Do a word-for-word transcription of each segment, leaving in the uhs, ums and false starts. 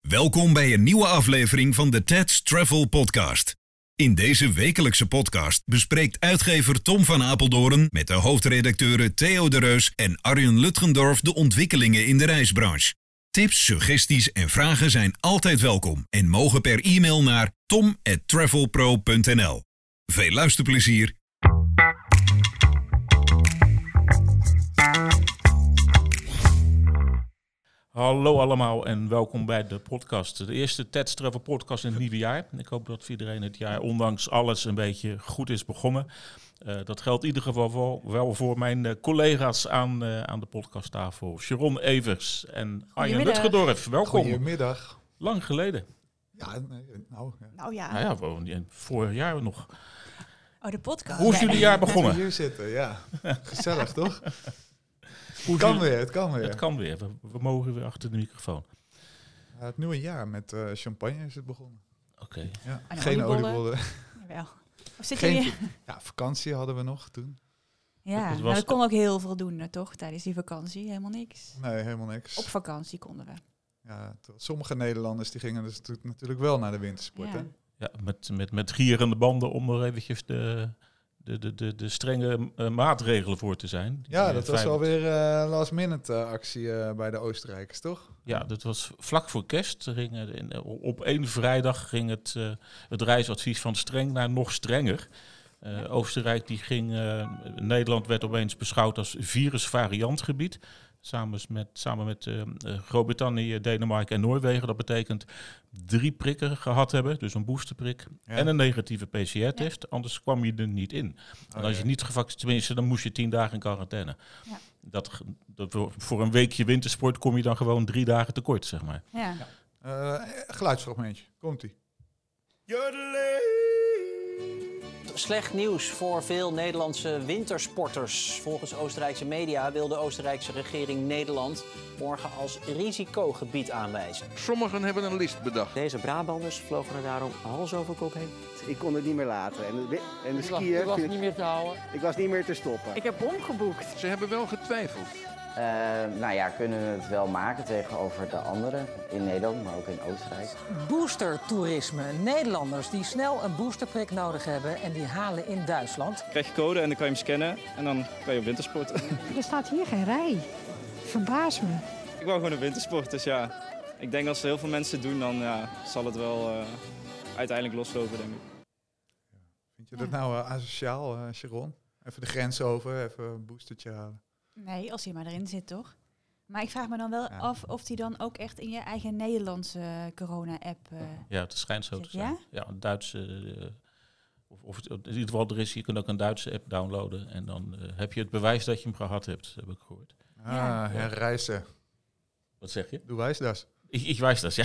Welkom bij een nieuwe aflevering van de Ted's Travel Podcast. In deze wekelijkse podcast bespreekt uitgever Tom van Apeldoorn met de hoofdredacteuren Theo de Reus en Arjen Lutgendorf de ontwikkelingen in de reisbranche. Tips, suggesties en vragen zijn altijd welkom en mogen per e-mail naar tom at travelpro punt n l. Veel luisterplezier! Hallo allemaal en welkom bij de podcast. De eerste Ted's Travel Podcast in het nieuwe jaar. Ik hoop dat voor iedereen het jaar ondanks alles een beetje goed is begonnen. Uh, dat geldt in ieder geval wel, wel voor mijn uh, collega's aan, uh, aan de podcasttafel. Sharon Evers en Arjen Lutgendorf. Welkom. Goedemiddag. Lang geleden. Ja, nee, nou, ja. Nou ja. Nou ja, vorig jaar nog. Oh, de podcast. Hoe is jullie jaar begonnen? Hier zitten, ja. Gezellig, toch? Het kan weer, het kan weer. Het kan weer. We, we mogen weer achter de microfoon. Uh, het nieuwe jaar met uh, champagne is het begonnen. Oké. Okay. Ja, en geen oliebollen. oliebollen. Jawel. Of zit Geen, je ja, vakantie hadden we nog toen. Ja, was nou, dat kon ook heel veel doen, toch? Tijdens die vakantie. Helemaal niks. Nee, helemaal niks. Op vakantie konden we. Ja, sommige Nederlanders die gingen dus natuurlijk wel naar de wintersport. Ja, hè? Ja, met, met, met gierende banden om er eventjes de... De, de, de, de strenge uh, maatregelen voor te zijn. Ja, uh, dat was alweer uh, last minute uh, actie uh, bij de Oostenrijkers, toch? Ja, dat was vlak voor kerst. Er ging, uh, in, op één vrijdag ging het, uh, het reisadvies van streng naar nog strenger. Uh, ja. Oostenrijk die ging, uh, Nederland werd opeens beschouwd als virusvariantgebied. Samen met, samen met uh, Groot-Brittannië, Denemarken en Noorwegen. Dat betekent drie prikken gehad hebben, dus een boosterprik ja. en een negatieve P C R-test. Ja. Anders kwam je er niet in. Oh, en als je ja. niet gevaccineerd, tenminste, dan moest je tien dagen in quarantaine. Ja. Dat, dat, voor een weekje wintersport kom je dan gewoon drie dagen tekort, zeg maar. Ja. Ja. Uh, geluidsfragmentje, komt-ie. Slecht nieuws voor veel Nederlandse wintersporters. Volgens Oostenrijkse media wil de Oostenrijkse regering Nederland morgen als risicogebied aanwijzen. Sommigen hebben een list bedacht. Deze Brabanders vlogen er daarom hals over kop heen. Ik kon het niet meer laten. En de, en de skiën... Ik was, ik was niet meer te houden. Ik was niet meer te stoppen. Ik heb omgeboekt. Ze hebben wel getwijfeld. Uh, nou ja, kunnen we het wel maken tegenover de anderen in Nederland, maar ook in Oostenrijk. Boostertoerisme. Nederlanders die snel een boosterprik nodig hebben en die halen in Duitsland. Dan krijg je code en dan kan je hem scannen en dan kan je op wintersporten. Er staat hier geen rij. Verbaas me. Ik wou gewoon een wintersport, dus ja. Ik denk als heel veel mensen het doen, dan ja, zal het wel uh, uiteindelijk loslopen, denk ik. Vind je dat nou uh, asociaal, uh, Sharon? Even de grens over, even een boostertje halen. Nee, als hij maar erin zit, toch? Maar ik vraag me dan wel ja. af of hij dan ook echt in je eigen Nederlandse corona-app... Uh, ja, het schijnt zo te zijn. Ja, ja een Duitse... Uh, of, of in ieder geval, er is, je kunt ook een Duitse app downloaden. En dan uh, heb je het bewijs dat je hem gehad hebt, heb ik gehoord. Ah, ja. herreizen. Wat zeg je? Du weißt das. Ik, ik wijs dat, ja.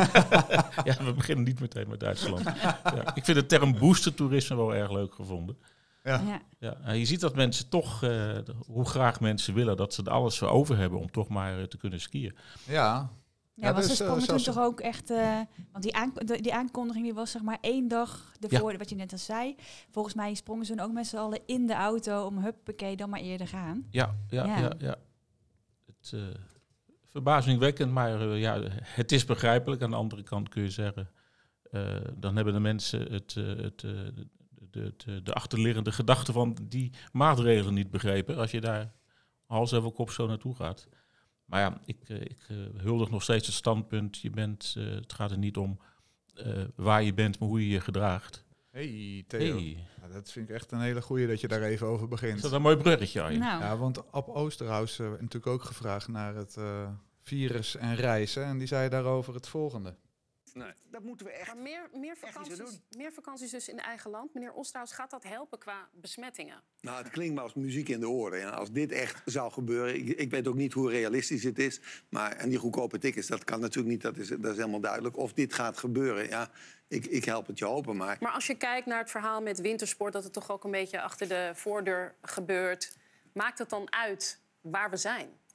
Ja, we beginnen niet meteen met Duitsland. Ja, ik vind de term boostertoerisme wel erg leuk gevonden. Ja. Ja. Ja, je ziet dat mensen toch, uh, hoe graag mensen willen, dat ze er alles voor over hebben om toch maar uh, te kunnen skiën. Ja. Ja, ja want dus, ze sprongen uh, toen toch ook echt, uh, want die, aank- de, die aankondiging die was zeg maar één dag ervoor, ja. wat je net al zei. Volgens mij sprongen ze dan ook met z'n allen in de auto om huppakee dan maar eerder gaan. Ja, ja, ja. ja, ja. Het, uh, verbazingwekkend, maar uh, ja, het is begrijpelijk. Aan de andere kant kun je zeggen, uh, dan hebben de mensen het... Uh, het uh, De, de, de achterliggende gedachte van die maatregelen niet begrepen. Als je daar hals over kop zo naartoe gaat. Maar ja, ik, ik uh, huldig nog steeds het standpunt. Je bent, uh, het gaat er niet om uh, waar je bent, maar hoe je je gedraagt. Hey Theo, hey. Nou, dat vind ik echt een hele goeie dat je daar even over begint. Is dat een mooi bruggetje, Arjen? Nou. Ja, want Ab Oosterhuis uh, natuurlijk ook gevraagd naar het uh, virus en reizen. En die zei daarover het volgende. Nee. Dat moeten we echt, maar meer, meer, vakanties, meer vakanties dus in eigen land. Meneer Oosterhuis, gaat dat helpen qua besmettingen? Nou, het klinkt maar als muziek in de oren. Ja. Als dit echt zou gebeuren... Ik, ik weet ook niet hoe realistisch het is. Maar, en die goedkope tickets, dat kan natuurlijk niet. Dat is, dat is helemaal duidelijk. Of dit gaat gebeuren, ja, ik, ik help het je hopen. Maar... maar als je kijkt naar het verhaal met wintersport... dat het toch ook een beetje achter de voordeur gebeurt... maakt het dan uit waar we zijn?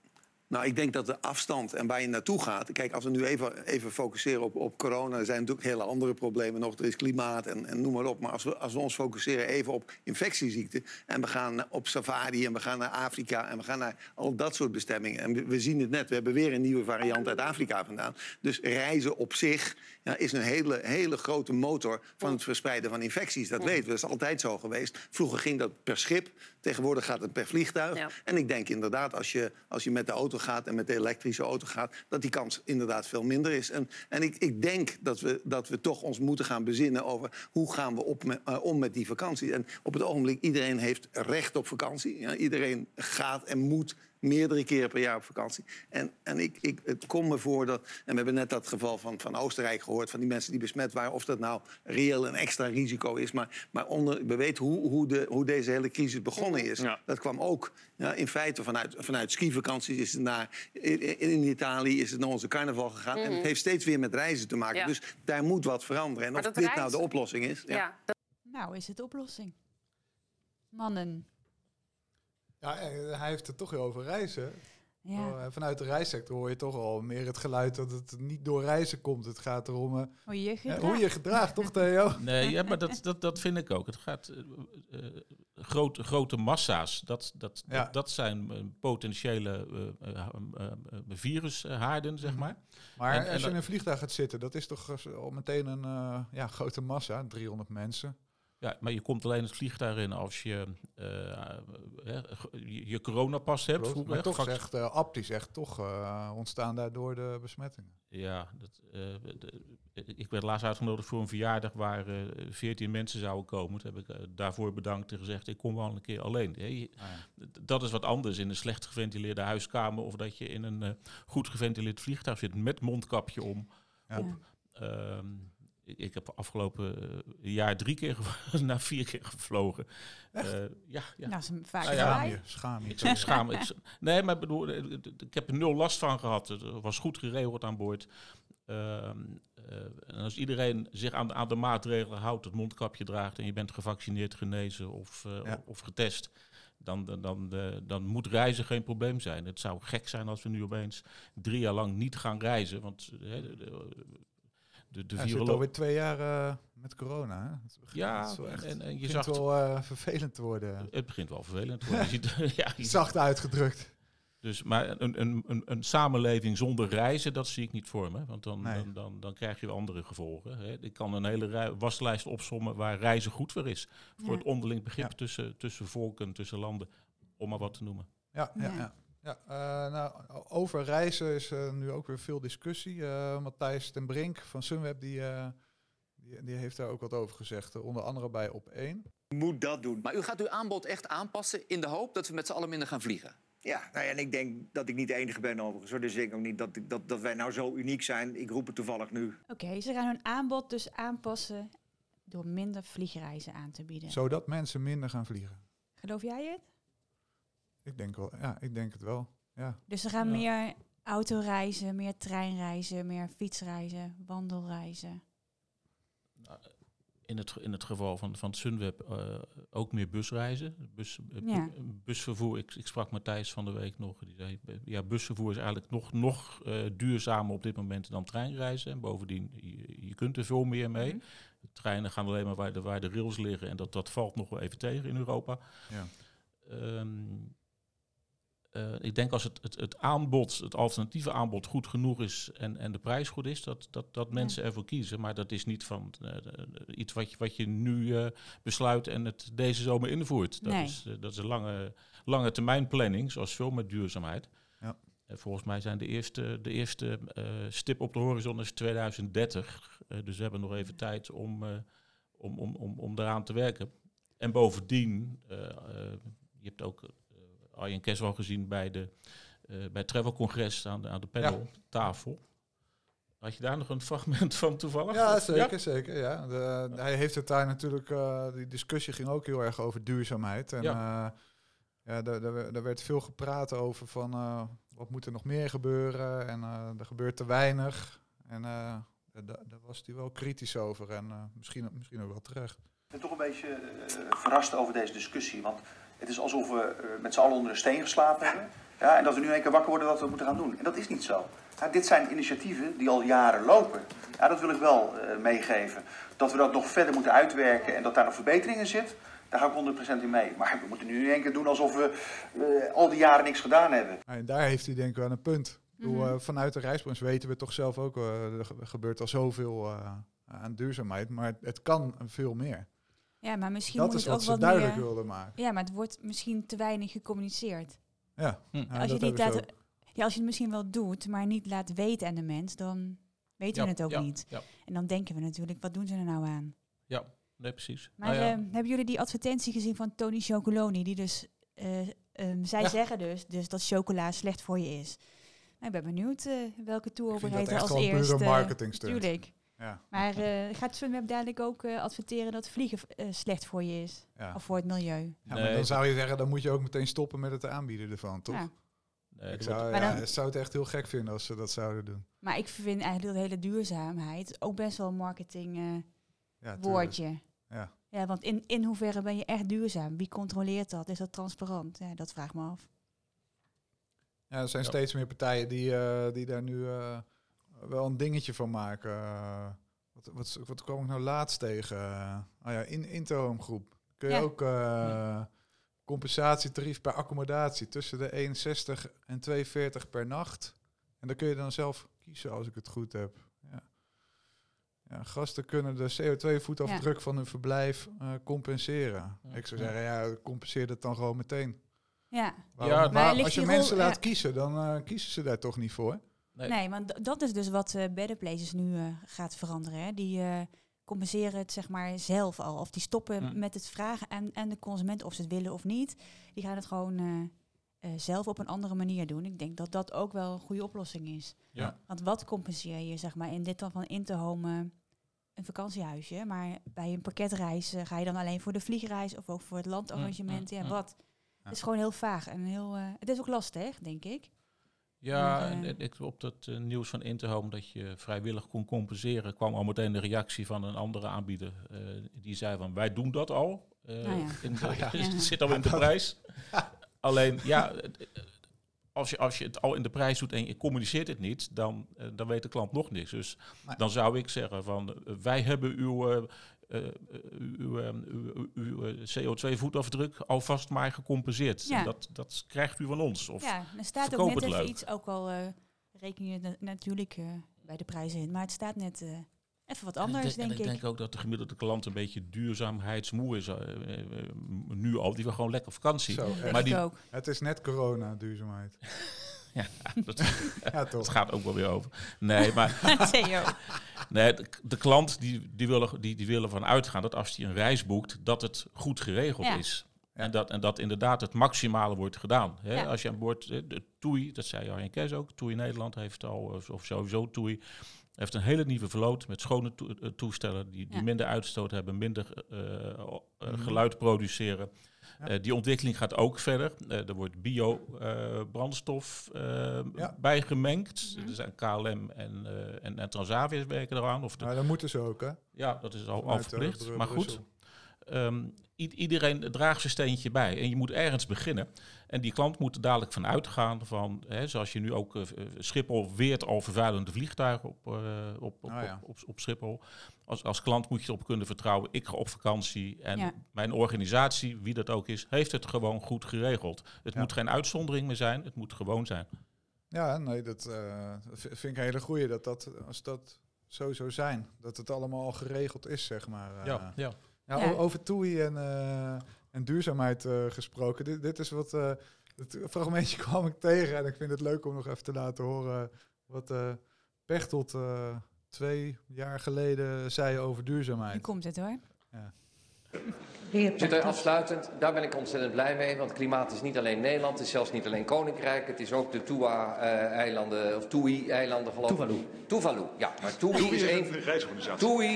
Nou, ik denk dat de afstand en waar je naartoe gaat... Kijk, als we nu even, even focusseren op, op corona... er zijn natuurlijk hele andere problemen nog. Er is klimaat en, en noem maar op. Maar als we, als we ons focuseren even op infectieziekten... en we gaan op safari en we gaan naar Afrika... en we gaan naar al dat soort bestemmingen. En we, we zien het net, we hebben weer een nieuwe variant uit Afrika vandaan. Dus reizen op zich ja, is een hele, hele grote motor... van het verspreiden van infecties. Dat weten we, dat is altijd zo geweest. Vroeger ging dat per schip, tegenwoordig gaat het per vliegtuig. Ja. En ik denk inderdaad, als je, als je met de auto gaat en met de elektrische auto gaat... dat die kans inderdaad veel minder is. En, en ik, ik denk dat we, dat we toch ons moeten gaan bezinnen over... hoe gaan we op me, uh, om met die vakantie. En op het ogenblik, iedereen heeft recht op vakantie. Ja, iedereen gaat en moet meerdere keren per jaar op vakantie. En, en ik, ik, het komt me voor dat... En we hebben net dat geval van, van Oostenrijk gehoord... van die mensen die besmet waren. Of dat nou reëel een extra risico is. Maar, maar onder, we weten hoe, hoe, de, hoe deze hele crisis begonnen is. Ja. Dat kwam ook ja, in feite vanuit, vanuit skivakanties. Is het naar, in, in Italië is het naar onze carnaval gegaan. Mm-hmm. En het heeft steeds weer met reizen te maken. Ja. Dus daar moet wat veranderen. En maar of dit reizen... nou de oplossing is... Ja. Ja, dat... Nou, is het de oplossing. Mannen... Ja, hij heeft het toch heel over reizen. Ja. Vanuit de reissector hoor je toch al meer het geluid dat het niet door reizen komt. Het gaat erom uh, hoe je gedraagt, hoe je gedraagt toch Theo? Nee, ja, maar dat, dat, dat vind ik ook. Het gaat uh, uh, grote, grote massa's. Dat, dat, ja. dat, dat zijn uh, potentiële uh, uh, uh, uh, virushaarden, zeg maar. Maar en, als en, je in een vliegtuig gaat zitten, dat is toch al meteen een uh, ja, grote massa, driehonderd mensen. Ja, maar je komt alleen het vliegtuig in als je uh, uh, je, je coronapas hebt. Klopt, maar toch is echt, uh, apt is echt toch uh, ontstaan daardoor de besmettingen. Ja, dat, uh, de, ik werd laatst uitgenodigd voor een verjaardag waar uh, veertien mensen zouden komen. Toen heb ik uh, daarvoor bedankt en gezegd, ik kom wel een keer alleen. Hey, ah, ja. Dat is wat anders in een slecht geventileerde huiskamer... of dat je in een uh, goed geventileerd vliegtuig zit met mondkapje om. Ja. Op, um, Ik heb afgelopen uh, jaar drie keer gev- naar vier keer gevlogen. Uh, ja, ja. Nou, vaak nou, schaam je, schaam je. Ik, ik schaam ik, Nee, maar bedoel, ik heb er nul last van gehad. Het was goed geregeld aan boord. Uh, uh, en als iedereen zich aan, aan de maatregelen houdt, het mondkapje draagt... en je bent gevaccineerd, genezen of, uh, ja. of getest... Dan, dan, dan, uh, dan moet reizen geen probleem zijn. Het zou gek zijn als we nu opeens drie jaar lang niet gaan reizen. Want... Uh, de, de, De, de ja, virolo- zit alweer twee jaar uh, met corona. Hè? Het begint, ja, het echt, en, en je begint zag wel uh, vervelend te worden. Het begint wel vervelend te worden. je ziet, ja, je Zacht uitgedrukt. Dus, maar een, een, een, een samenleving zonder reizen, dat zie ik niet voor me. Want dan, nee. dan, dan, dan krijg je andere gevolgen. Hè. Ik kan een hele rij, waslijst opsommen waar reizen goed voor is. Voor ja. het onderling begrip ja. tussen, tussen volken, tussen landen. Om maar wat te noemen. Ja, ja, ja. ja. Ja, uh, nou, over reizen is uh, nu ook weer veel discussie. Uh, Matthijs ten Brink van Sunweb die, uh, die, die heeft daar ook wat over gezegd. Uh, onder andere bij Op één. Moet dat doen. Maar u gaat uw aanbod echt aanpassen in de hoop dat we met z'n allen minder gaan vliegen? Ja, nou ja, en ik denk dat ik niet de enige ben overigens. Hoor. Dus ik denk ook niet dat, dat, dat wij nou zo uniek zijn. Ik roep het toevallig nu. Oké, okay, ze gaan hun aanbod dus aanpassen door minder vliegreizen aan te bieden. Zodat mensen minder gaan vliegen. Geloof jij het? Ik denk wel, ja, ik denk het wel. Ja. Dus ze gaan ja. meer autoreizen, meer treinreizen, meer fietsreizen, wandelreizen. In het, in het geval van, van Sunweb uh, ook meer busreizen. Bus, ja. bu, busvervoer, ik, ik sprak Matthijs van de week nog. Die zei, ja, busvervoer is eigenlijk nog, nog uh, duurzamer op dit moment dan treinreizen. En bovendien, je, je kunt er veel meer mee. Mm-hmm. De treinen gaan alleen maar waar de, waar de rails liggen. En dat, dat valt nog wel even tegen in Europa. Ja. Um, Uh, ik denk als het, het, het aanbod, het alternatieve aanbod goed genoeg is en, en de prijs goed is, dat, dat, dat mensen ja. ervoor kiezen. Maar dat is niet van uh, iets wat je, wat je nu uh, besluit en het deze zomer invoert. Dat, nee. is, uh, dat is een lange, lange termijn planning, zoals veel met duurzaamheid. Ja. Uh, volgens mij zijn de eerste, de eerste uh, stip op de horizon is tweeduizend dertig. Uh, dus we hebben nog even tijd om, uh, om, om, om, om daaraan te werken. En bovendien, uh, uh, je hebt ook... Arjen Keswal gezien bij, de, uh, bij het Travel Congres aan de, aan de paneltafel. Ja. Had je daar nog een fragment van toevallig? Ja, zeker, ja? zeker. Ja. De, ja. Hij heeft het daar natuurlijk, uh, die discussie ging ook heel erg over duurzaamheid. En ja. Uh, ja, daar, daar, daar werd veel gepraat over van uh, wat moet er nog meer gebeuren en uh, er gebeurt te weinig. En uh, daar, daar was hij wel kritisch over en uh, misschien, misschien ook wel terecht. Ik ben toch een beetje uh, verrast over deze discussie, want Het is alsof we uh, met z'n allen onder een steen geslapen hebben. Ja, en dat we nu een keer wakker worden dat we moeten gaan doen. En dat is niet zo. Ja, dit zijn initiatieven die al jaren lopen. Ja, dat wil ik wel uh, meegeven. Dat we dat nog verder moeten uitwerken en dat daar nog verbetering in zit, daar ga ik honderd procent in mee. Maar we moeten nu in één keer doen alsof we uh, al die jaren niks gedaan hebben. En daar heeft hij denk ik wel een punt. Mm-hmm. Bedoel, uh, vanuit de reisbranche weten we toch zelf ook, uh, er gebeurt al zoveel uh, aan duurzaamheid, maar het kan veel meer. Ja, maar misschien dat moet is het wat ook ze wat duidelijk meer, wilden maken. Ja, maar het wordt misschien te weinig gecommuniceerd. Ja, hm. ja als, je niet laat, ja, als je het misschien wel doet, maar niet laat weten aan de mens, dan weten ja, we het ook ja, niet. Ja. En dan denken we natuurlijk, wat doen ze er nou aan? Ja, nee, precies. Maar nou ja. uh, hebben jullie die advertentie gezien van Tony Chocoloni? Die dus, uh, um, zij ja. zeggen dus, dus dat chocola slecht voor je is. Nou, ik ben benieuwd uh, welke touroperator als eerste. Een marketingstunt. Tuurlijk. Ja. Maar uh, gaat Sunweb dadelijk ook uh, adverteren dat vliegen uh, slecht voor je is? Ja. Of voor het milieu? Ja, maar nee, dan zou je zeggen, dan moet je ook meteen stoppen met het aanbieden ervan, toch? Ja. Nee, ik zou, ja, dan, zou het echt heel gek vinden als ze dat zouden doen. Maar ik vind eigenlijk dat hele duurzaamheid ook best wel een marketing uh, ja, woordje. Ja. Ja, want in, in hoeverre ben je echt duurzaam? Wie controleert dat? Is dat transparant? Ja, dat vraag ik me af. Ja, er zijn ja. steeds meer partijen die, uh, die daar nu uh, wel een dingetje van maken. Uh, wat, wat, wat kwam ik nou laatst tegen? Uh, oh ja, in Interhome groep. Kun je ja. ook uh, ja. compensatietarief per accommodatie tussen de eenenzestig en tweeënveertig per nacht. En dan kun je dan zelf kiezen als ik het goed heb. Ja. Ja, gasten kunnen de C O twee voetafdruk ja. van hun verblijf uh, compenseren. Ja. Ik zou zeggen, ja, compenseer dat dan gewoon meteen. Ja. Waarom, ja, maar als je mensen rol, laat ja. kiezen, dan uh, kiezen ze daar toch niet voor. Nee, nee want d- dat is dus wat uh, Better Places nu uh, gaat veranderen. Hè. Die uh, compenseren het zeg maar zelf al. Of die stoppen mm. met het vragen aan, aan de consument of ze het willen of niet. Die gaan het gewoon uh, uh, zelf op een andere manier doen. Ik denk dat dat ook wel een goede oplossing is. Ja. Want wat compenseer je zeg maar in dit dan van Interhome uh, een vakantiehuisje, maar bij een pakketreis uh, ga je dan alleen voor de vliegreis of ook voor het landarrangement. Mm, mm, ja, wat? Ja. Het is gewoon heel vaag en heel. Uh, het is ook lastig, denk ik. Ja, maar, uh, en ik, op dat uh, nieuws van Interhome dat je vrijwillig kon compenseren, kwam al meteen de reactie van een andere aanbieder. Uh, die zei van, wij doen dat al. Uh, oh ja. in de, ja. Het zit al in de prijs. Alleen, ja, als je, als je het al in de prijs doet en je communiceert het niet, dan, uh, dan weet de klant nog niks. Dus maar, dan zou ik zeggen van, uh, wij hebben uw... Uh, Uh, uw, uh, uw, uw, uw C O twee voetafdruk alvast maar gecompenseerd. Ja. En dat, dat krijgt u van ons. Of ja, er staat ook net even leuk. iets, ook al uh, reken je na- natuurlijk uh, bij de prijzen in, maar het staat net uh, even wat anders, de, denk ik. En ik denk ook dat de gemiddelde klant een beetje duurzaamheidsmoe is. Uh, uh, uh, nu al, die wil gewoon lekker vakantie. Zo, maar die, ook. Het is net corona, duurzaamheid. Ja, dat, ja, toch. dat gaat ook wel weer over. Nee, maar nee, de, de klant die, die, willen, die, die willen van uitgaan dat als hij een reis boekt, dat het goed geregeld ja. is. Ja. En, dat, en dat inderdaad het maximale wordt gedaan. Hè? Ja. Als je aan boord, de TUI, dat zei Arjen Kes ook, TUI Nederland heeft al, of sowieso TUI, heeft een hele nieuwe vloot met schone to- toestellen die, die ja. minder uitstoot hebben, minder uh, uh, geluid produceren. Ja. Uh, die ontwikkeling gaat ook verder. Uh, er wordt bio-brandstof uh, uh, ja. bijgemengd. Mm-hmm. Er zijn K L M en, uh, en, en Transavia werken eraan. Of de, nou, dat moeten ze ook, hè? Ja, dat is al, al verplicht. Uh, maar goed, um, i- iedereen draagt zijn steentje bij. En je moet ergens beginnen. En die klant moet er dadelijk van uitgaan van, hè, zoals je nu ook, uh, Schiphol weert al vervuilende vliegtuigen op, uh, op, op, oh, ja. op, op, op Schiphol. Als, als klant moet je erop kunnen vertrouwen. Ik ga op vakantie en ja. mijn organisatie, wie dat ook is, heeft het gewoon goed geregeld. Het ja. moet geen uitzondering meer zijn, het moet gewoon zijn. Ja, nee, dat uh, vind ik een hele goeie, dat dat, als dat zo zou zijn, dat het allemaal al geregeld is, zeg maar. Uh, ja, ja. Ja, ja. Over TUI en, uh, en duurzaamheid uh, gesproken. Dit, dit is wat, uh, het fragmentje kwam ik tegen en ik vind het leuk om nog even te laten horen wat uh, Pechtold uh, twee jaar geleden zei over duurzaamheid. Nu komt het hoor. Ja. Zit afsluitend, daar ben ik ontzettend blij mee, want klimaat is niet alleen Nederland, het is zelfs niet alleen Koninkrijk, het is ook de Tuva-eilanden, uh, of TUI-eilanden geloof ik. Tuvalu. Tuvalu, ja, maar TUI, TUI is één... een reisorganisatie. TUI...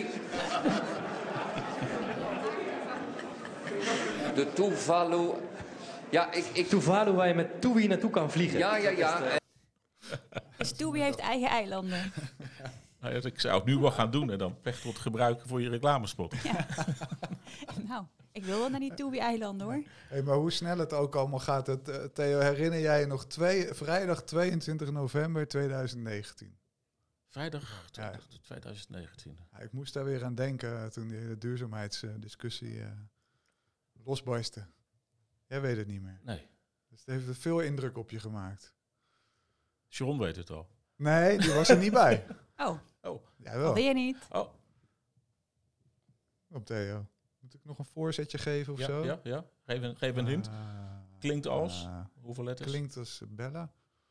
De Tuvalu... Ja, ik... ik... Tuvalu waar je met TUI naartoe kan vliegen. Ja, ja, ja. Is, uh... dus TUI heeft eigen eilanden. Nou ja, ik zou het nu wel gaan doen en dan Pechtold gebruiken voor je reclamespot. Ja. Nou, Ik wil wel naar die Toei-eilanden, hoor. Hey, maar hoe snel het ook allemaal gaat. Het, uh, Theo, herinner jij je nog twee, vrijdag tweeëntwintig november tweeduizend negentien? Vrijdag tweeduizend negentien. Ja, ik moest daar weer aan denken toen die de duurzaamheidsdiscussie uh, losbarstte. Jij weet het niet meer. Nee. Dus het heeft veel indruk op je gemaakt. Sharon weet het al. Nee, die was er niet bij. Oh. Oh. Jawel. Wil je niet? Oh. Op Theo. Moet ik nog een voorzetje geven of ja, zo? Ja, ja. Geef een, geef een hint. Uh, klinkt als? Uh, Hoeveel letters? Klinkt als Bella.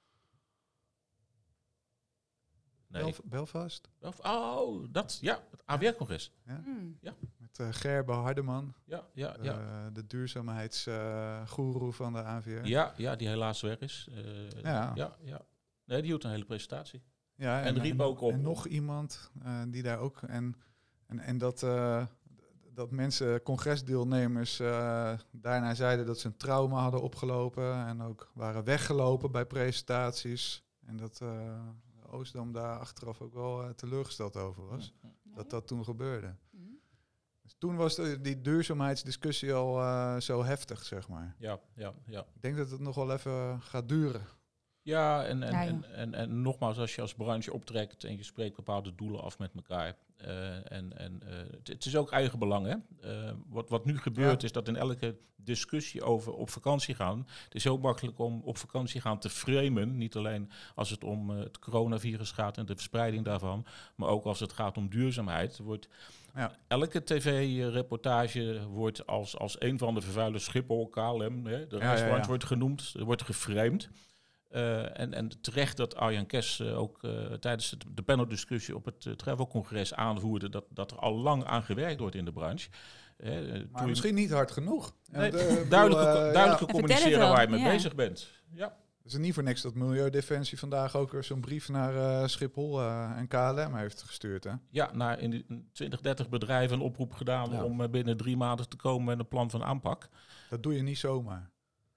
Nee. Belf- Belfast. Belf- oh, dat, ja, het A W R-congres. Ja. Hmm. Ja. Met uh, Gerbe Hardeman. Ja, ja, ja. Uh, de duurzaamheidsgoeroe uh, van de A W R. Ja, ja, die helaas weg is. Uh, ja. ja, ja. Nee, die hield een hele presentatie. Ja, en, en riep en, ook op. En nog iemand uh, die daar ook... En, en, en dat, uh, dat mensen, congresdeelnemers, uh, daarna zeiden dat ze een trauma hadden opgelopen. En ook waren weggelopen bij presentaties. En dat uh, Oostdam daar achteraf ook wel uh, teleurgesteld over was. Ja. Dat dat toen gebeurde. Mm. Dus toen was de, die duurzaamheidsdiscussie al uh, zo heftig, zeg maar. Ja, ja, ja. Ik denk dat het nog wel even gaat duren. Ja, en, en, ja, ja. En, en, en nogmaals, als je als branche optrekt en je spreekt bepaalde doelen af met elkaar. Uh, en en uh, het, het is ook eigen belang, hè. Uh, wat, wat nu gebeurt ja. is dat in elke discussie over op vakantie gaan, het is heel makkelijk om op vakantie gaan te framen. Niet alleen als het om uh, het coronavirus gaat en de verspreiding daarvan, maar ook als het gaat om duurzaamheid. Wordt ja. Elke tv-reportage wordt als, als een van de vervuilers Schiphol, K L M, hè, de ja, restaurant ja, ja. wordt genoemd, wordt geframed. Uh, en, en terecht dat Arjan Kes uh, ook uh, tijdens het, de paneldiscussie op het uh, Travel-congres aanvoerde dat, dat er al lang aan gewerkt wordt in de branche. Uh, uh, maar misschien je... niet hard genoeg. Nee, de, duidelijke uh, duidelijke ja. communiceren waar je mee ja. bezig bent. Ja. Het is niet voor niks dat Milieudefensie vandaag ook zo'n brief naar uh, Schiphol uh, en K L M heeft gestuurd. Hè? Ja, naar in die twintig, dertig bedrijven een oproep gedaan ja. om uh, binnen drie maanden te komen met een plan van aanpak. Dat doe je niet zomaar.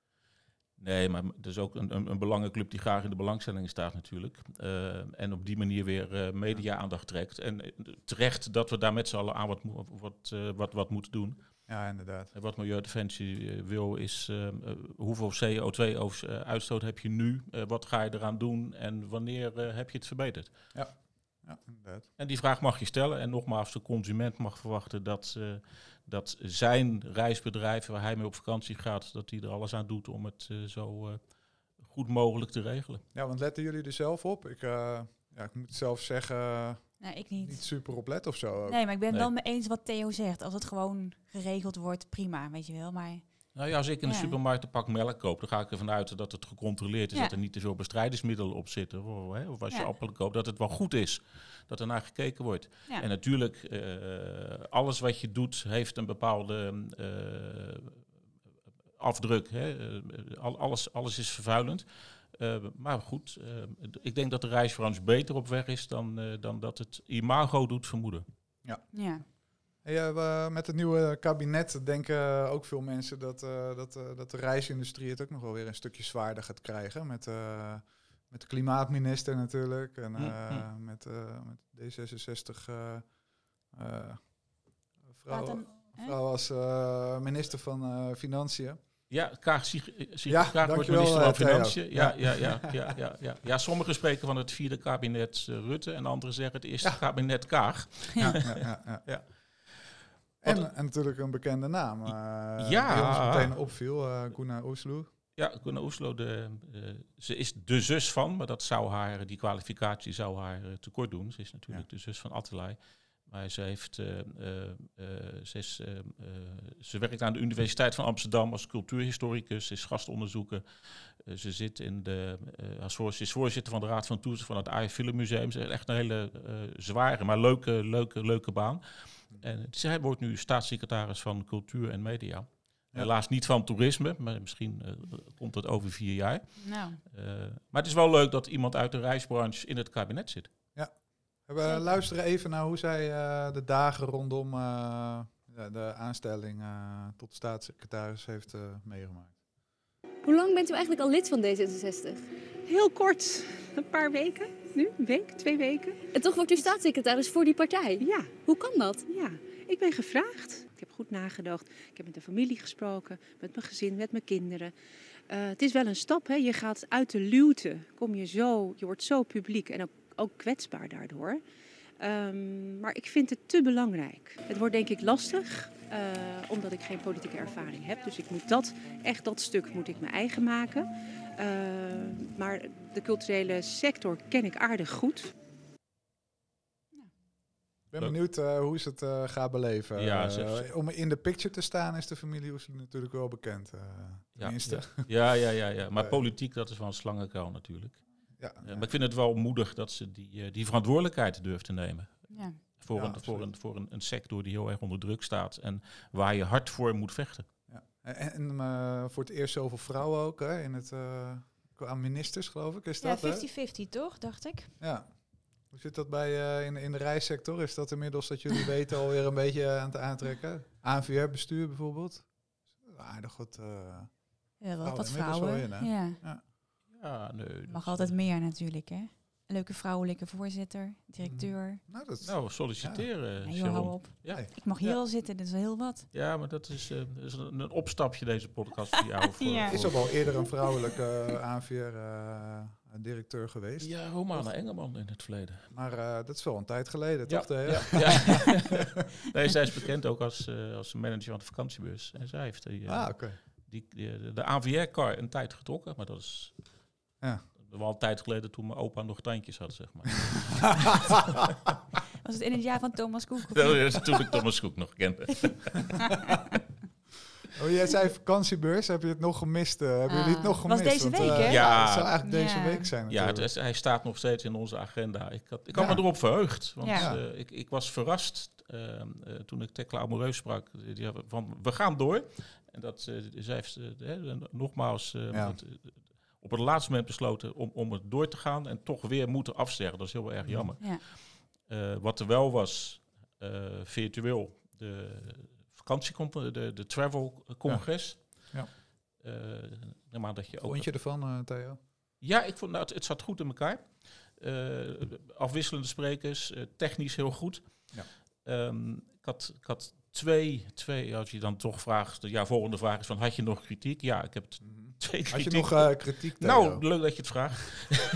Nee, maar er is ook een, een, een belangenclub die graag in de belangstelling staat natuurlijk. Uh, en op die manier weer uh, media-aandacht trekt. En uh, terecht dat we daar met z'n allen aan wat, wat, uh, wat, wat moeten doen. Ja, inderdaad. En wat Milieudefensie uh, wil is uh, uh, hoeveel C O twee uitstoot heb je nu? Uh, wat ga je eraan doen? En wanneer uh, heb je het verbeterd? Ja. Ja, inderdaad. En die vraag mag je stellen. En nogmaals, de consument mag verwachten dat, uh, dat zijn reisbedrijf waar hij mee op vakantie gaat, dat hij er alles aan doet om het uh, zo uh, goed mogelijk te regelen. Ja, want letten jullie er zelf op? Ik, uh, ja, ik moet zelf zeggen, uh, nee, ik niet. niet super op let of zo. Ook. Nee, maar ik ben het nee. wel mee eens wat Theo zegt. Als het gewoon geregeld wordt, prima, weet je wel. Maar Nou ja, als ik in de ja. supermarkt een pak melk koop, dan ga ik ervan uit dat het gecontroleerd is, Ja. dat er niet te veel bestrijdingsmiddelen op zitten. Of, hè, of als je Ja. appelen koopt, dat het wel goed is, dat er naar gekeken wordt. Ja. En natuurlijk, uh, alles wat je doet, heeft een bepaalde uh, afdruk. Hè. Uh, alles, alles is vervuilend. Uh, maar goed, uh, ik denk dat de reisbranche beter op weg is dan, uh, dan dat het imago doet vermoeden. Ja. Ja. Hey, uh, met het nieuwe kabinet denken ook veel mensen dat, uh, dat, uh, dat de reisindustrie het ook nog wel weer een stukje zwaarder gaat krijgen. Met, uh, met de klimaatminister natuurlijk en uh, mm-hmm. met, uh, met D zesenzestig uh, uh, vrouw, een, vrouw als uh, minister van uh, Financiën. Ja, Kaag Sigrid ja, Kaag wordt minister van Financiën. Ja, ja, ja, ja, ja, ja. ja, sommigen spreken van het vierde kabinet uh, Rutte en anderen zeggen het eerste ja. kabinet Kaag. Ja, ja, ja, ja. ja. En, en natuurlijk een bekende naam. Uh, ja. Die ons meteen opviel, uh, Gunnar Oesloe. Ja, Gunnar Oesloe, de, uh, ze is de zus van, maar dat zou haar, die kwalificatie zou haar uh, tekort doen. Ze is natuurlijk ja. de zus van Attelaar. Maar ze, heeft, uh, uh, uh, ze, is, uh, uh, ze werkt aan de Universiteit van Amsterdam als cultuurhistoricus. Ze is gastonderzoeker. Uh, ze zit in de, uh, als voor, ze is voorzitter van de Raad van Toezicht van het A I Filmmuseum. Ze heeft echt een hele uh, zware, maar leuke, leuke, leuke baan. En zij wordt nu staatssecretaris van Cultuur en Media. Ja. Helaas niet van toerisme, maar misschien uh, komt dat over vier jaar. Nou. Uh, maar het is wel leuk dat iemand uit de reisbranche in het kabinet zit. Ja. We luisteren even naar hoe zij uh, de dagen rondom uh, de, de aanstelling uh, tot staatssecretaris heeft uh, meegemaakt. Hoe lang bent u eigenlijk al lid van D zesenzestig? Heel kort, een paar weken. Nu, een week, twee weken. En toch wordt u staatssecretaris voor die partij? Ja. Hoe kan dat? Ja, Ik ben gevraagd. Ik heb goed nagedacht. Ik heb met de familie gesproken, met mijn gezin, met mijn kinderen. Uh, het is wel een stap, hè. Je gaat uit de luwte, kom je zo, je wordt zo publiek en ook, ook kwetsbaar daardoor. Um, maar ik vind het te belangrijk. Het wordt denk ik lastig, uh, omdat ik geen politieke ervaring heb. Dus ik moet dat, echt dat stuk moet ik mijn eigen maken. Uh, maar de culturele sector ken ik aardig goed. Ik ben benieuwd uh, hoe ze het uh, gaat beleven. Ja, uh, om in de picture te staan is de familie Oesloe natuurlijk wel bekend. Uh, tenminste. Ja, ja, ja, ja, ja. Maar politiek, dat is wel een slangenkuil natuurlijk. Ja, uh, maar ik vind het wel moedig dat ze die, uh, die verantwoordelijkheid durft te nemen. Ja. Voor, ja, een, voor, een, voor een, een sector die heel erg onder druk staat en waar je hard voor moet vechten. Ja. En, en uh, voor het eerst zoveel vrouwen ook, hè, in het, uh, qua ministers geloof ik. Is ja, dat, vijftig vijftig toch, dacht ik. Ja. Hoe zit dat bij uh, in, in de reissector? Is dat inmiddels dat jullie weten alweer een beetje aan het aantrekken? A N V R-bestuur bijvoorbeeld? Aardig wat uh, ja, wel wat vrouwen. In, ja. Ja. Ja, nee, mag altijd meer natuurlijk, hè? Een leuke vrouwelijke voorzitter, directeur. Mm. Nou, dat is, nou, solliciteren. Ja. Nee, hou op. Ja. Ik mag hier ja. al zitten, dat is wel heel wat. Ja, maar dat is, uh, dat is een, een opstapje deze podcast voor jou. Voor, ja. voor is er wel eerder een vrouwelijke uh, A N V R-directeur uh, geweest? Ja, Romana Engelman in het verleden. Maar uh, dat is wel een tijd geleden, ja. toch? De, ja. ja. Nee, zij is bekend ook als, uh, als manager van de vakantiebus. En zij heeft die, uh, ah, okay. die, die, de A N V R-car een tijd getrokken, maar dat is... Ja. Wel een tijd geleden toen mijn opa nog tandjes had, zeg maar. Was het in het jaar van Thomas Cook? Dat is toen ik Thomas Cook nog kende. Oh, jij zei vakantiebeurs, heb je het nog gemist? Uh, hebben ah, jullie het nog gemist? Was deze Want, week, uh, hè? Ja, ja, het zou eigenlijk ja. deze week zijn natuurlijk. Ja, het is, hij staat nog steeds in onze agenda. Ik had, ik had ja. me erop verheugd, want ja. uh, ik, ik was verrast uh, uh, toen ik Tekla Amoureus sprak. Die, van, we gaan door. En dat uh, zij heeft uh, uh, nogmaals... Uh, ja. dat, uh, op het laatste moment besloten om, om het door te gaan en toch weer moeten afzeggen. Dat is heel erg jammer. Ja. Uh, wat er wel was, uh, virtueel, de vakantieconferentie, de, de travel congres. Ja. Ja. Uh, maar dat je ook vond je ervan, uh, Theo? Ja, ik vond nou, het, het zat goed in elkaar. Uh, afwisselende sprekers, uh, technisch heel goed. Ja. Um, ik had... Ik had Twee, twee, als je dan toch vraagt, de ja, volgende vraag is van, had je nog kritiek? Ja, ik heb t- mm-hmm. twee had kritiek. Had je nog uh, kritiek? Theo? Nou, leuk dat je het vraagt.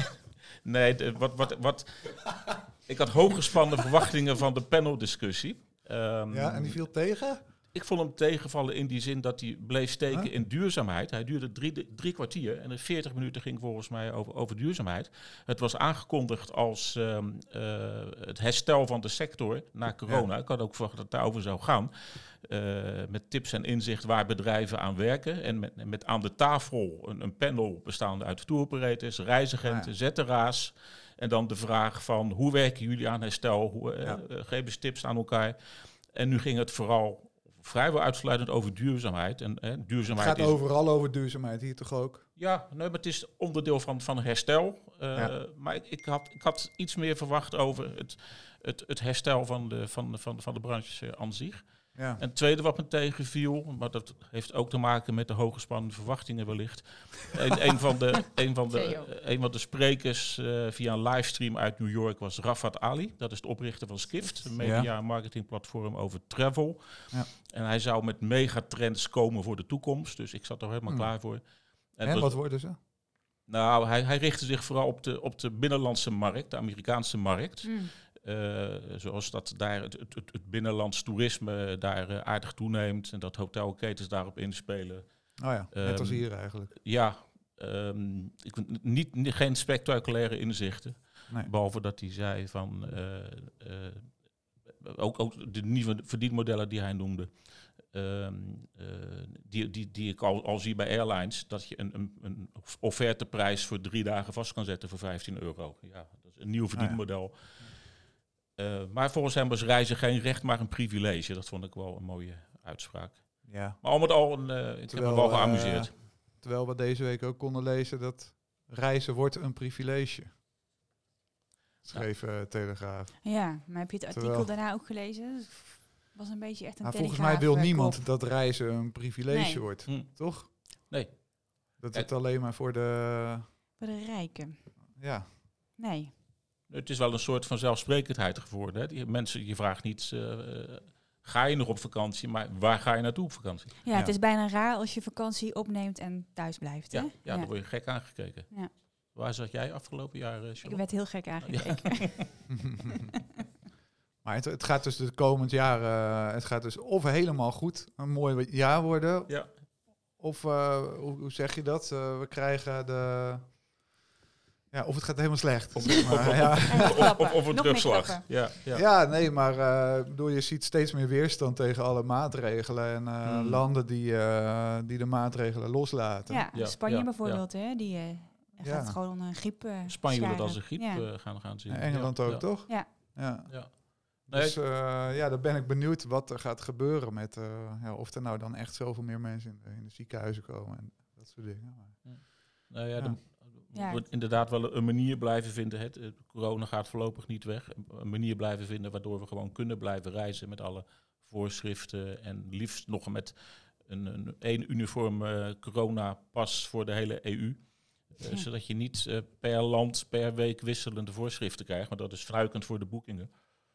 nee, de, wat, wat, wat, ik had hooggespannen verwachtingen van de paneldiscussie. Um, ja, en die viel tegen? Ik vond hem tegenvallen in die zin dat hij bleef steken huh? in duurzaamheid. Hij duurde drie, drie kwartier en de veertig minuten ging volgens mij over, over duurzaamheid. Het was aangekondigd als um, uh, het herstel van de sector na corona. Ja. Ik had ook verwacht dat het daarover zou gaan. Uh, met tips en inzicht waar bedrijven aan werken. En met, met aan de tafel een, een panel bestaande uit tour operators, reisagenten, ja. Z T R's. En dan de vraag van hoe werken jullie aan herstel? Hoe, uh, ja. uh, geven ze tips aan elkaar? En nu ging het vooral... vrijwel uitsluitend over duurzaamheid. En, hè, duurzaamheid het gaat is, overal over duurzaamheid, hier toch ook? Ja, nee, maar het is onderdeel van, van herstel. Uh, ja. Maar ik, ik, had, ik had iets meer verwacht over het, het, het herstel van de, van, van, van de branche uh, aan zich. Ja. En het tweede wat me tegenviel, maar dat heeft ook te maken met de hooggespannen verwachtingen wellicht. een, een, van de, een, van de, een van de sprekers uh, via een livestream uit New York was Rafat Ali. Dat is de oprichter van Skift, een media- ja. en marketingplatform over travel. Ja. En hij zou met megatrends komen voor de toekomst. Dus ik zat er helemaal hmm. klaar voor. En, en wat worden ze? Nou, hij, hij richtte zich vooral op de, op de binnenlandse markt, de Amerikaanse markt. Hmm. Uh, zoals dat daar het, het, het binnenlands toerisme daar uh, aardig toeneemt en dat hotelketens daarop inspelen. Oh ja, net um, als hier eigenlijk. Ja, um, ik, niet, niet, geen spectaculaire inzichten. Nee. Behalve dat hij zei van, uh, uh, ook, ook de nieuwe verdienmodellen die hij noemde, um, uh, die, die, die ik al, al zie bij airlines, dat je een, een, een offerteprijs voor drie dagen vast kan zetten voor vijftien euro. Ja, dat is een nieuw verdienmodel. Ah, ja. Uh, maar volgens hem was reizen geen recht, maar een privilege. Dat vond ik wel een mooie uitspraak. Ja. Maar al met al, een, uh, ik terwijl, heb me wel geamuseerd. Uh, terwijl we deze week ook konden lezen dat reizen wordt een privilege. Schreef uh, Telegraaf. Ja, maar heb je het artikel terwijl, daarna ook gelezen? Dat was een beetje echt een nou, volgens mij wil niemand kop. dat reizen een privilege nee. wordt. Hm. Toch? Nee. Dat het alleen maar voor de... Voor de rijken. Ja. Nee. Het is wel een soort van zelfsprekendheid geworden. Hè? Die mensen, je vraagt niet, uh, ga je nog op vakantie, maar waar ga je naartoe op vakantie? Ja, ja, het is bijna raar als je vakantie opneemt en thuis blijft. Hè? Ja, ja, ja, dan word je gek aangekeken. Ja. Waar zat jij afgelopen jaar, Charlotte? Ik werd heel gek aangekeken. Ja. Maar het, het gaat dus de komend jaar, uh, het gaat dus of helemaal goed, een mooi jaar worden. Ja. Of, uh, hoe, hoe zeg je dat? Uh, we krijgen de... Ja, of het gaat helemaal slecht. Of, zeg maar. of, ja. of, of, of een terugslag. Ja, ja. ja, nee, maar uh, bedoel, je ziet steeds meer weerstand tegen alle maatregelen. En uh, hmm. landen die, uh, die de maatregelen loslaten. Ja, ja. Spanje ja, bijvoorbeeld, ja. Hè, die uh, gaat ja. gewoon een griep uh, Spanje wil dat als een griep ja. uh, gaan, gaan zien. Ja, Engeland ja. ook, ja. toch? Ja. ja. ja. Nee, dus uh, ja, daar ben ik benieuwd wat er gaat gebeuren met uh, ja, of er nou dan echt zoveel meer mensen in de, in de ziekenhuizen komen en dat soort dingen. Maar, ja. Nou ja, ja. De, ja. we inderdaad wel een manier blijven vinden. Het, het, corona gaat voorlopig niet weg. Een manier blijven vinden waardoor we gewoon kunnen blijven reizen met alle voorschriften en liefst nog met een, een één uniform uh, coronapas voor de hele E U. Uh, ja. Zodat je niet uh, per land per week wisselende voorschriften krijgt, maar dat is fnuikend voor de boekingen.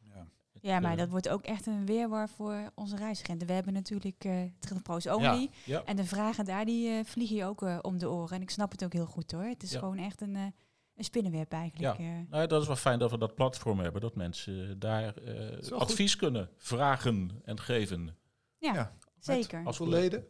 Ja, maar dat wordt ook echt een weerwar voor onze reisagenten. We hebben natuurlijk uh, Travelpros Only. Ja, ja. En de vragen daar, die uh, vliegen je ook uh, om de oren. En ik snap het ook heel goed hoor. Het is ja. gewoon echt een, uh, een spinnenweb eigenlijk. Ja. Uh. Nou, dat is wel fijn dat we dat platform hebben. Dat mensen uh, daar uh, advies goed. kunnen vragen en geven. Ja, ja. zeker. Als leden?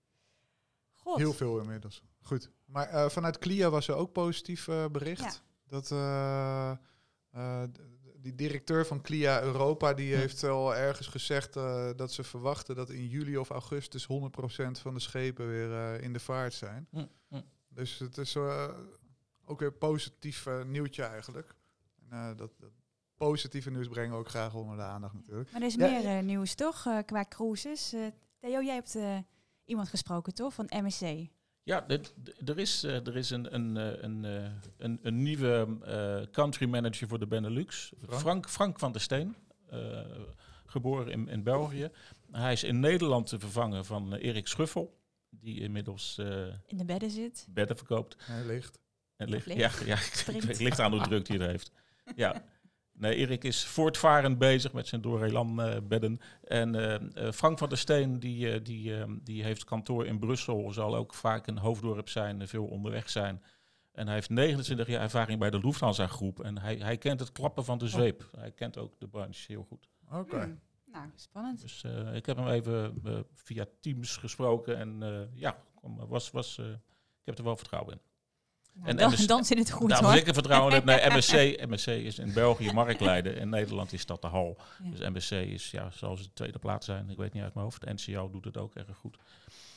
God. Heel veel inmiddels. Goed. Maar uh, vanuit C L I A was er ook positief uh, bericht. Ja. Dat... Uh, uh, Die directeur van C L I A Europa, die hm. heeft al ergens gezegd uh, dat ze verwachten dat in juli of augustus honderd procent van de schepen weer uh, in de vaart zijn. Hm. Hm. Dus het is uh, ook weer positief uh, nieuwtje eigenlijk. En, uh, dat, dat positieve nieuws brengen we ook graag onder de aandacht natuurlijk. Maar er is ja, meer uh, nieuws toch, uh, qua cruises. Uh, Theo, jij hebt uh, iemand gesproken toch, van M S C? Ja, dit, d- er is, uh, er is een, een, een, een, een, een nieuwe uh, country manager voor de Benelux. Frank, Frank, Frank van der Steen, uh, geboren in, in België. Hij is in Nederland te vervangen van uh, Erik Schuffel, die inmiddels uh, in de bedden zit. Bedden verkoopt. Hij ligt. En ligt. Ja, ja, het ligt aan hoe druk hij er heeft. Ja. Nee, Erik is voortvarend bezig met zijn Dorelan-bedden. Uh, en uh, uh, Frank van der Steen, die, uh, die, uh, die heeft kantoor in Brussel, zal ook vaak een hoofddorp zijn, uh, veel onderweg zijn. En hij heeft negenentwintig jaar ervaring bij de Lufthansa-groep. En hij, hij kent het klappen van de zweep. Oh. Hij kent ook de branche heel goed. Oké. Okay. Hmm. Nou, spannend. Dus uh, ik heb hem even uh, via Teams gesproken. En uh, ja, was, was, uh, ik heb er wel vertrouwen in. Nou, en dan, M S C, dan zit het goed nou, hoor. Zeker vertrouwen in. Nee, M S C, M S C is in België marktleider. In Nederland is dat de Hal. Ja. Dus M S C is, ja, zal de tweede plaats zijn. Ik weet niet uit mijn hoofd. De N C O doet het ook erg goed.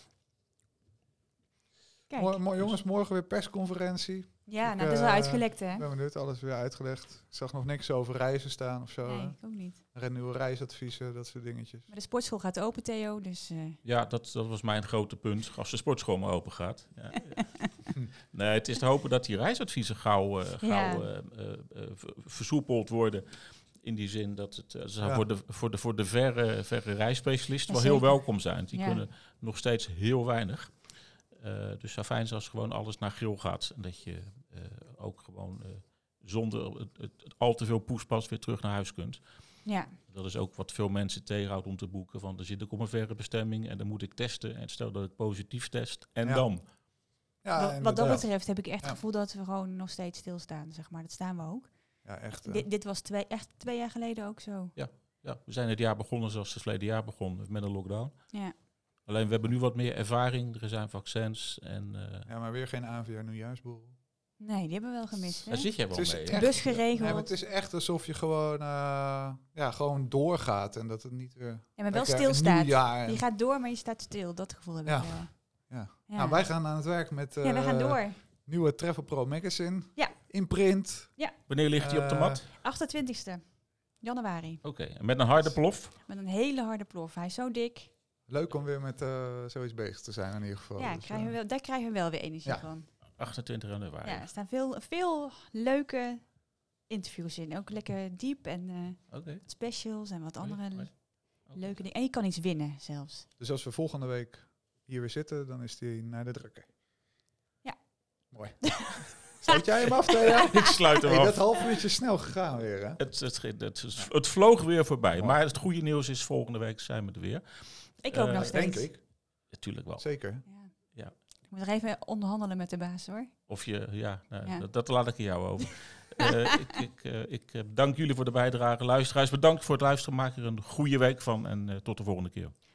Kijk. Mooi, mooi jongens, morgen weer persconferentie. Ja, ik, nou, dat is wel uitgelekt hè. Ik ben benieuwd, alles weer uitgelegd. Ik zag nog niks over reizen staan of zo. Nee, ik ook niet. Er nieuwe reisadviezen, dat soort dingetjes. Maar de sportschool gaat open, Theo, dus... Uh... Ja, dat, dat was mijn grote punt. Als de sportschool maar open gaat. Ja. Nee, het is te hopen dat die reisadviezen gauw, uh, gauw ja. uh, uh, uh, versoepeld worden. In die zin dat het uh, ja. voor de, voor de, voor de verre, verre reisspecialisten ja, wel heel welkom zijn. Die ja. kunnen nog steeds heel weinig. Uh, dus het zou fijn zijn als gewoon alles naar grill gaat. En dat je uh, ook gewoon uh, zonder het, het, het al te veel poespas weer terug naar huis kunt. Ja. Dat is ook wat veel mensen tegenhoudt om te boeken. Van, dan zit ik op een verre bestemming en dan moet ik testen. En stel dat ik positief test. En ja. dan? Ja, wat, wat dat betreft heb ik echt het ja. gevoel dat we gewoon nog steeds stilstaan. Zeg maar. Dat staan we ook. Ja, echt. D- dit was twee, echt twee jaar geleden ook zo. Ja, ja, we zijn het jaar begonnen zoals het verleden jaar begon. Met een lockdown. Ja. Alleen we hebben nu wat meer ervaring. Er zijn vaccins. En, uh, ja, maar weer geen A N V R nieuwjaarsborrel. Nee, die hebben we wel gemist. Hè? Daar zit jij wel mee. Echt, bus geregeld. Nee, maar het is echt alsof je gewoon, uh, ja, gewoon doorgaat. En dat het niet weer... Ja, maar wel stilstaat. Je gaat door, maar je staat stil. Dat gevoel heb ja. ik wel. Ja. Ja. Nou, wij gaan aan het werk met... Uh, ja, we gaan door. Nieuwe Travel Pro Magazine. Ja. In print. Ja. Wanneer ligt die uh, op de mat? achtentwintigste januari. Oké, okay. Met een harde plof? Met een hele harde plof. Hij is zo dik. Leuk om weer met uh, zoiets bezig te zijn in ieder geval. Ja, dus, krijgen we wel, daar krijgen we wel weer energie ja. van. achtentwintig januari. Ja, er staan veel, veel leuke interviews in. Ook lekker diep en uh, okay. specials en wat andere okay. Okay. leuke dingen. En je kan iets winnen zelfs. Dus als we volgende week hier weer zitten, dan is die naar de drukker. Ja. Mooi. Sluit jij hem af, Thea? Ik sluit hem hey, af. Dat half uurtje is snel gegaan weer, hè? Het, het, het, het, het vloog weer voorbij. Maar het goede nieuws is, volgende week zijn we er weer. Ik ook uh, nog steeds. Denk ik. Natuurlijk wel. Zeker. Ja. Ja. Ik moet nog even onderhandelen met de baas, hoor. Of je, ja, nou, ja. Dat, dat laat ik aan jou over. uh, ik ik, uh, ik uh, dank jullie voor de bijdrage. Luisteraars, bedankt voor het luisteren. Maak er een goede week van en uh, tot de volgende keer.